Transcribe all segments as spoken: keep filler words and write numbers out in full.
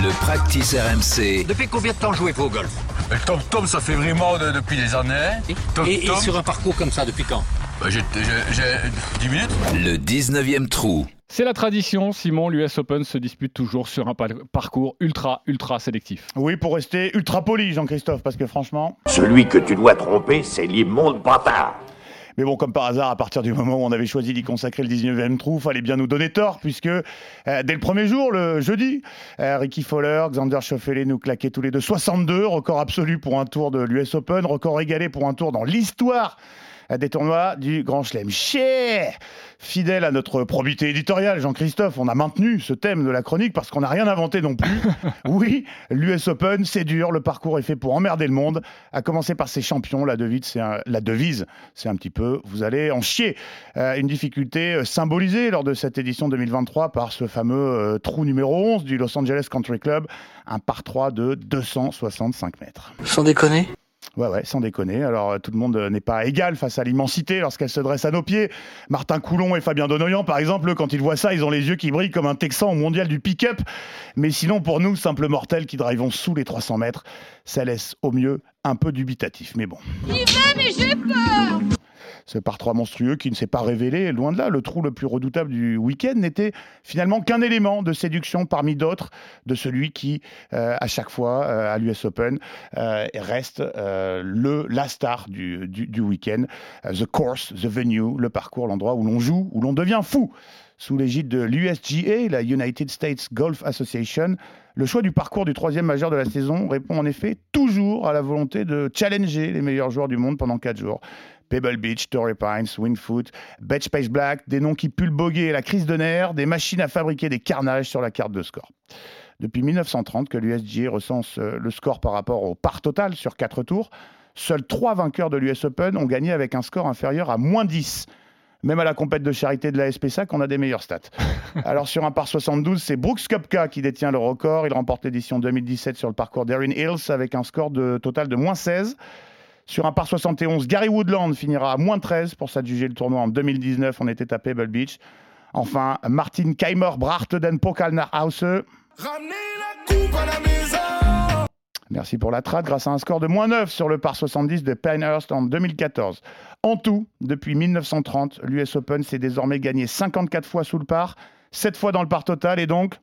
Le practice R M C. Depuis combien de temps jouez-vous au golf? Le tom-tom, ça fait vraiment de- depuis des années. Et, Tom, et- et tom. sur un parcours comme ça, depuis quand? Bah, j'ai, j'ai- j'ai dix minutes. Le dix-neuvième trou. C'est la tradition, Simon, l'U S Open se dispute toujours sur un pa- parcours ultra, ultra sélectif. Oui, pour rester ultra poli, Jean-Christophe, parce que franchement... Celui que tu dois tromper, c'est l'immonde bâtard. Mais bon, comme par hasard, à partir du moment où on avait choisi d'y consacrer le dix-neuvième trou, fallait bien nous donner tort, puisque euh, dès le premier jour, le jeudi, euh, Ricky Fowler, Xander Schauffele nous claquaient tous les deux soixante-deux, record absolu pour un tour de l'U S Open, record égalé pour un tour dans l'histoire des tournois du Grand Chelem. Chier ! Fidèle à notre probité éditoriale, Jean-Christophe, on a maintenu ce thème de la chronique parce qu'on n'a rien inventé non plus. Oui, l'U S Open, c'est dur, le parcours est fait pour emmerder le monde. À commencer par ses champions, la devise, c'est un, la devise, c'est un petit peu, vous allez en chier. Euh, une difficulté symbolisée lors de cette édition deux mille vingt-trois par ce fameux euh, trou numéro onze du Los Angeles Country Club, un par trois de deux cent soixante-cinq mètres. Sans déconner. Ouais, ouais, sans déconner. Alors, euh, tout le monde euh, n'est pas égal face à l'immensité lorsqu'elle se dresse à nos pieds. Martin Coulon et Fabien Donoyan, par exemple, eux, quand ils voient ça, ils ont les yeux qui brillent comme un Texan au mondial du pick-up. Mais sinon, pour nous, simples mortels qui drivons sous les trois cents mètres, ça laisse au mieux un peu dubitatif. Mais bon. Il va, mais j'ai peur! Ce par trois monstrueux qui ne s'est pas révélé, loin de là, le trou le plus redoutable du week-end n'était finalement qu'un élément de séduction parmi d'autres de celui qui, euh, à chaque fois, euh, à l'U S Open, euh, reste euh, le, la star du, du, du week-end. Uh, the course, the venue, le parcours, l'endroit où l'on joue, où l'on devient fou. Sous l'égide de l'U S G A, la United States Golf Association, le choix du parcours du troisième majeur de la saison répond en effet toujours à la volonté de challenger les meilleurs joueurs du monde pendant quatre jours. Pebble Beach, Torrey Pines, Wingfoot, Betch Pace Black, des noms qui puent le boguer et la crise de nerfs, des machines à fabriquer des carnages sur la carte de score. Depuis mille neuf cent trente que l'U S G A recense le score par rapport au par total sur quatre tours, seuls trois vainqueurs de l'U S Open ont gagné avec un score inférieur à moins dix. Même à la compète de charité de la S P S A C, on a des meilleures stats. Alors sur un par soixante-douze, c'est Brooks Koepka qui détient le record. Il remporte l'édition deux mille dix-sept sur le parcours d'Erin Hills avec un score de total de moins seize. Sur un par soixante et onze, Gary Woodland finira à moins treize pour s'adjuger le tournoi en deux mille dix-neuf. On était à Pebble Beach. Enfin, Martin Keimer Bracht den Pokal nach Hause. Ramenez la coupe à la maison. Merci pour la trad, grâce à un score de moins neuf sur le par soixante-dix de Pinehurst en deux mille quatorze. En tout, depuis mille neuf cent trente, l'U S Open s'est désormais gagné cinquante-quatre fois sous le par, sept fois dans le par total et donc...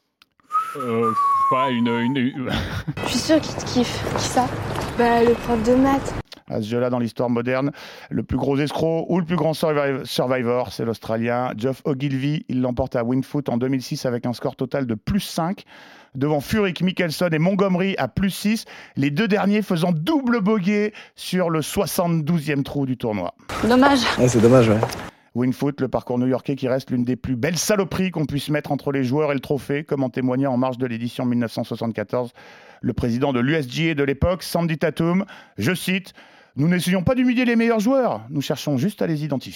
Euh, pas une... une, une... Je suis sûre qu'il te kiffe. Qui ça? Bah, le prof de maths. À ce jeu-là, dans l'histoire moderne, le plus gros escroc ou le plus grand survivor, c'est l'Australien Geoff Ogilvy. Il l'emporte à Wingfoot en deux mille six avec un score total de plus cinq, devant Furyk, Mickelson et Montgomery à plus six, les deux derniers faisant double bogey sur le soixante-douzième trou du tournoi. Dommage. Ouais, c'est dommage, ouais. Wingfoot, le parcours new-yorkais qui reste l'une des plus belles saloperies qu'on puisse mettre entre les joueurs et le trophée, comme en témoignait en marge de l'édition mille neuf cent soixante-quatorze le président de l'U S G A de l'époque, Sandy Tatum. Je cite « Nous n'essayons pas d'humilier les meilleurs joueurs, nous cherchons juste à les identifier ».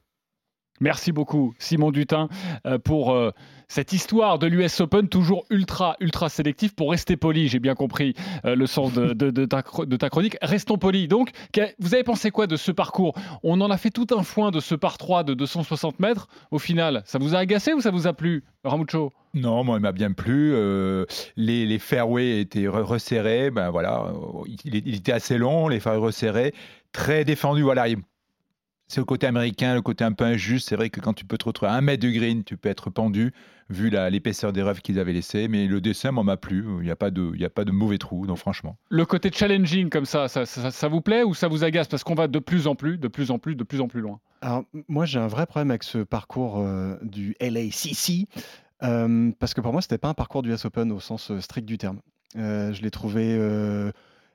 Merci beaucoup, Simon Dutin, pour euh, cette histoire de l'U S Open, toujours ultra, ultra sélectif. Pour rester poli, j'ai bien compris euh, le sens de, de, de, ta, de ta chronique. Restons polis. Donc, vous avez pensé quoi de ce parcours? On en a fait tout un foin de ce par trois de deux cent soixante mètres. Au final, ça vous a agacé ou ça vous a plu, Ramucho? Non, moi, il m'a bien plu. Euh, les, les fairways étaient re- resserrés. Ben, voilà, il, il était assez long, les fairways resserrés. Très défendu. Voilà, il... C'est le côté américain, le côté un peu injuste. C'est vrai que quand tu peux te retrouver à un mètre de green, tu peux être pendu, vu la, l'épaisseur des rough qu'ils avaient laissé. Mais le dessin, moi, m'a plu. Il n'y a pas de, il n'y a pas de mauvais trou, donc franchement. Le côté challenging comme ça, ça, ça, ça vous plaît ou ça vous agace? Parce qu'on va de plus en plus, de plus en plus, de plus en plus loin. Alors, moi, j'ai un vrai problème avec ce parcours euh, du L A C C. Euh, parce que pour moi, c'était pas un parcours du U S Open au sens euh, strict du terme. Euh, je l'ai trouvé... Euh,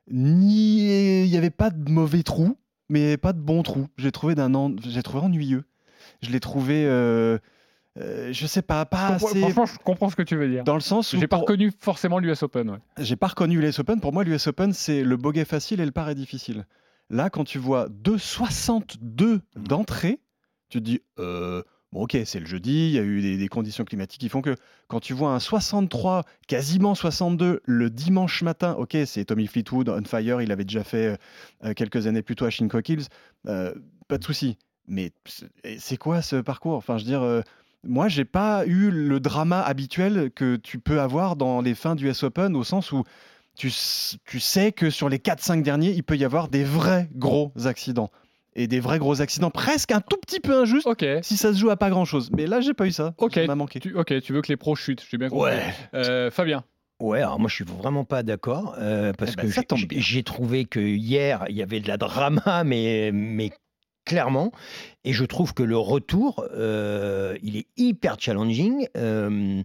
ni... Il n'y avait pas de mauvais trous, mais pas de bons trous. J'ai trouvé, d'un en... j'ai trouvé ennuyeux. Je l'ai trouvé... Euh... Euh, je sais pas, pas je assez... Franchement, je comprends ce que tu veux dire. Dans le sens où... J'ai pour... pas reconnu forcément l'U S Open. Ouais. J'ai pas reconnu l'U S Open. Pour moi, l'U S Open, c'est le bogey facile et le par est difficile. Là, quand tu vois deux virgule soixante-deux d'entrée, tu te dis... Euh... Bon, ok, c'est le jeudi, il y a eu des, des conditions climatiques qui font que quand tu vois un soixante-trois, quasiment soixante-deux le dimanche matin, ok, c'est Tommy Fleetwood, on fire, il avait déjà fait euh, quelques années plus tôt à Shinnecock Hills, euh, pas de souci. Mais c'est, c'est quoi ce parcours? Enfin, je veux dire, euh, Moi, j'ai pas eu le drama habituel que tu peux avoir dans les fins du U S Open, au sens où tu, tu sais que sur les quatre cinq derniers, il peut y avoir des vrais gros accidents. Et des vrais gros accidents presque un tout petit peu injustes okay. si ça se joue à pas grand-chose. Mais là, j'ai pas eu ça. Ok, ça m'a manqué. Tu, ok, tu veux que les pros chutent, j'ai bien compris. Ouais. Euh, Fabien. Ouais, alors moi je suis vraiment pas d'accord euh, parce eh ben, que ça tombe j'ai, bien. j'ai trouvé que hier il y avait de la drama, mais, mais clairement, et je trouve que le retour euh, il est hyper challenging. Euh,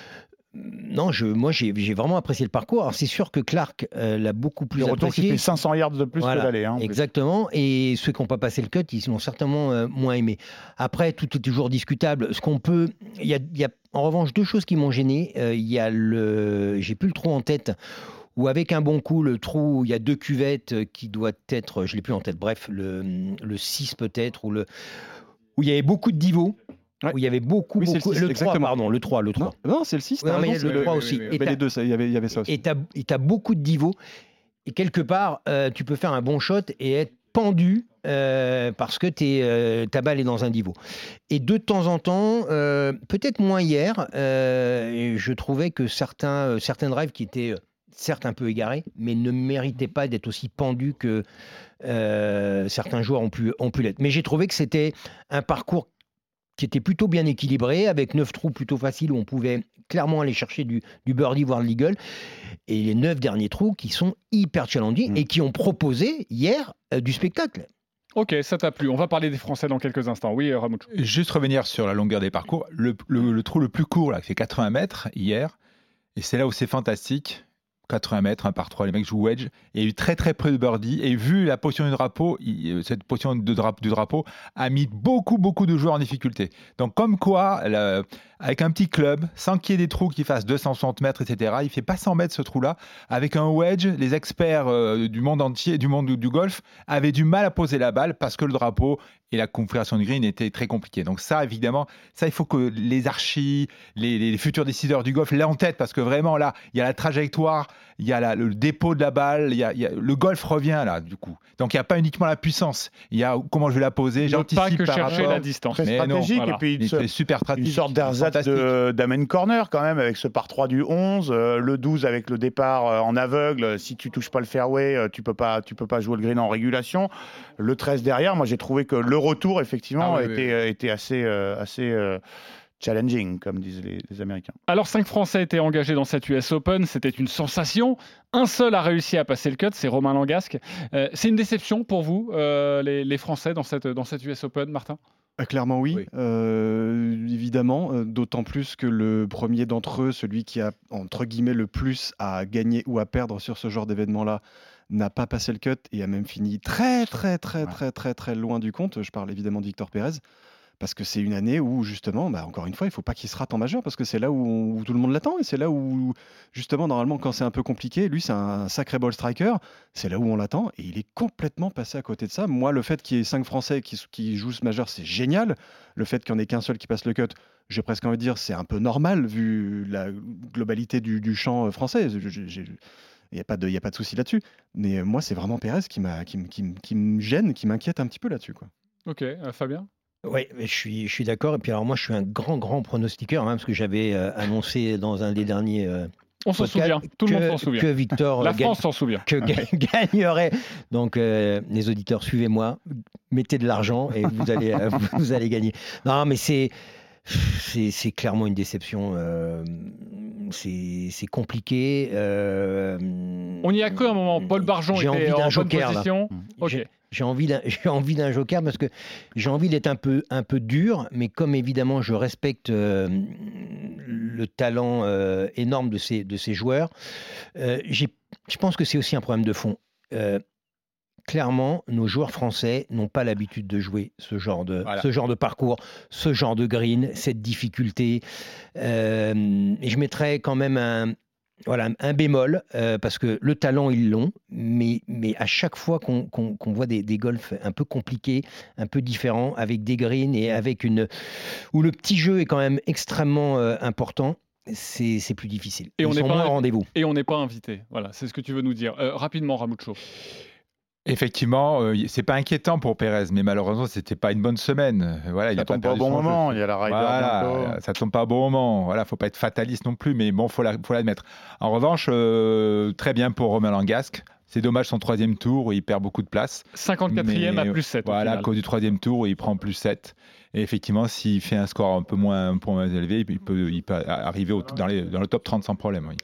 non, je, moi j'ai, j'ai vraiment apprécié le parcours. Alors c'est sûr que Clark euh, l'a beaucoup plus Le retour apprécié. qui fait cinq cents yards de plus Voilà, que l'aller. Hein, exactement. Et ceux qui n'ont pas passé le cut, ils l'ont certainement euh, moins aimé. Après, tout est toujours discutable. Ce qu'on peut, il y a, il y a en revanche deux choses qui m'ont gêné. Euh, il y a le, j'ai plus le trou en tête. Ou avec un bon coup, le trou où il y a deux cuvettes qui doit être, je l'ai plus en tête. Bref, le, le six peut-être ou le où il y avait beaucoup de divots. Ouais. Où il y avait beaucoup, oui, beaucoup... Le, six, le trois, pardon, le trois, le trois. Non, non c'est le six. Ouais, mais il y a le, le trois aussi. Il y avait les deux, il y avait, il y avait ça aussi. Et tu as beaucoup de divots. Et quelque part, euh, tu peux faire un bon shot et être pendu euh, parce que t'es, euh, ta balle est dans un divot. Et de temps en temps, euh, peut-être moins hier, euh, je trouvais que certains, euh, certains drives qui étaient euh, certes un peu égarés, mais ne méritaient pas d'être aussi pendus que euh, certains joueurs ont pu, ont pu l'être. Mais j'ai trouvé que c'était un parcours qui était plutôt bien équilibré, avec neuf trous plutôt faciles où on pouvait clairement aller chercher du, du birdie, voire de l'eagle, et les neuf derniers trous qui sont hyper challenging mmh. et qui ont proposé hier euh, du spectacle. Ok, ça t'a plu. On va parler des Français dans quelques instants. Oui, Ramucho. Juste revenir sur la longueur des parcours. Le, le, le trou le plus court, là, c'est quatre-vingts mètres hier, et c'est là où c'est fantastique. quatre-vingts mètres, un par trois, les mecs jouent wedge. Et il y a eu très très peu de birdie. Et vu la position du drapeau, il, cette position de dra- du drapeau a mis beaucoup beaucoup de joueurs en difficulté. Donc comme quoi, la, avec un petit club, sans qu'il y ait des trous qui fassent deux cent soixante mètres, et cetera, il ne fait pas cent mètres ce trou-là. Avec un wedge, les experts euh, du monde entier, du monde du, du golf, avaient du mal à poser la balle parce que le drapeau et la configuration du green étaient très compliquées. Donc ça, évidemment, ça il faut que les archis, les, les futurs décideurs du golf l'aient en tête parce que vraiment là, il y a la trajectoire, il y a la, le dépôt de la balle, il y a, il y a, le golf revient là du coup. Donc il n'y a pas uniquement la puissance, il y a comment je vais la poser, j'anticipe pas que par chercher rapport. la distance. Très stratégique, non, voilà. Et puis une, c'est super stratégique, une sorte d'ersatz de, d'amen corner quand même avec ce par trois du onze, euh, le douze avec le départ euh, en aveugle, si tu touches pas le fairway, euh, tu peux pas, tu peux pas jouer le green en régulation. Le treize derrière, moi j'ai trouvé que le retour effectivement ah, oui, était, oui, oui. était assez, euh, assez euh, challenging, comme disent les, les Américains. Alors, cinq Français étaient engagés dans cette U S Open. C'était une sensation. Un seul a réussi à passer le cut, c'est Romain Langasque. Euh, c'est une déception pour vous, euh, les, les Français, dans cette, dans cette U S Open, Martin ? Euh, clairement oui, oui. Euh, évidemment, euh, d'autant plus que le premier d'entre eux, celui qui a entre guillemets le plus à gagner ou à perdre sur ce genre d'événement-là, n'a pas passé le cut et a même fini très très très ouais. très très très loin du compte. Je parle évidemment de Victor Pérez. Parce que c'est une année où, justement, bah, encore une fois, il ne faut pas qu'il se rate en majeur, parce que c'est là où, on, où tout le monde l'attend, et c'est là où, justement, normalement, quand c'est un peu compliqué, lui, c'est un sacré ball striker, c'est là où on l'attend, et il est complètement passé à côté de ça. Moi, le fait qu'il y ait cinq Français qui, qui jouent ce majeur, c'est génial. Le fait qu'il n'y en ait qu'un seul qui passe le cut, j'ai presque envie de dire, c'est un peu normal, vu la globalité du, du champ français. Je, je, je, Il n'y a pas de, il y a pas de souci là-dessus. Mais moi, c'est vraiment Pérez qui, m'a, qui, qui, qui me gêne, qui m'inquiète un petit peu là-dessus, quoi. Ok, euh, Fabien ? Oui, je suis, je suis d'accord. Et puis alors moi, je suis un grand, grand pronostiqueur, hein, parce que j'avais euh, annoncé dans un des derniers. Euh, On s'en souvient. Tout que, le monde s'en souvient. Que Victor. La euh, France s'en souvient. Que ga- gagnerait. Donc euh, les auditeurs, suivez-moi, mettez de l'argent et vous allez, euh, vous allez gagner. Non, mais c'est. C'est, c'est clairement une déception. Euh, c'est, c'est compliqué. Euh, On y a cru un moment. Paul Barjon j'ai était envie d'un en joker, bonne position. Okay. J'ai, j'ai, envie d'un, j'ai envie d'un joker parce que j'ai envie d'être un peu, un peu dur, mais comme évidemment je respecte euh, le talent euh, énorme de ces, de ces joueurs, euh, j'ai, je pense que c'est aussi un problème de fond. Euh, Clairement, nos joueurs français n'ont pas l'habitude de jouer ce genre de, voilà. ce genre de parcours, ce genre de green, cette difficulté. Euh, et je mettrais quand même un, voilà, un bémol, euh, parce que le talent, ils l'ont, mais, mais à chaque fois qu'on, qu'on, qu'on voit des, des golfs un peu compliqués, un peu différents, avec des greens et avec une... où le petit jeu est quand même extrêmement euh, important, c'est, c'est plus difficile. Et Ils on sont n'est pas moins un... au rendez-vous. Et on n'est pas invité. Voilà, c'est ce que tu veux nous dire. Euh, rapidement, Ramucho. Effectivement, euh, c'est pas inquiétant pour Pérez, mais malheureusement, c'était pas une bonne semaine. Voilà, il Ça a pas tombe pas au perdu bon son moment, jeu. il y a la Ryder Voilà, bientôt. ça tombe pas au bon moment. Voilà, faut pas être fataliste non plus, mais bon, faut la- faut l'admettre. En revanche, euh, très bien pour Romain Langasque. C'est dommage son troisième tour où il perd beaucoup de place. cinquante-quatrième à Mais, plus sept. Voilà, à cause du troisième tour où il prend plus sept. Et effectivement, s'il fait un score un peu moins, un peu moins élevé, il peut, il peut arriver au- dans, les- dans le top trente sans problème. Oui.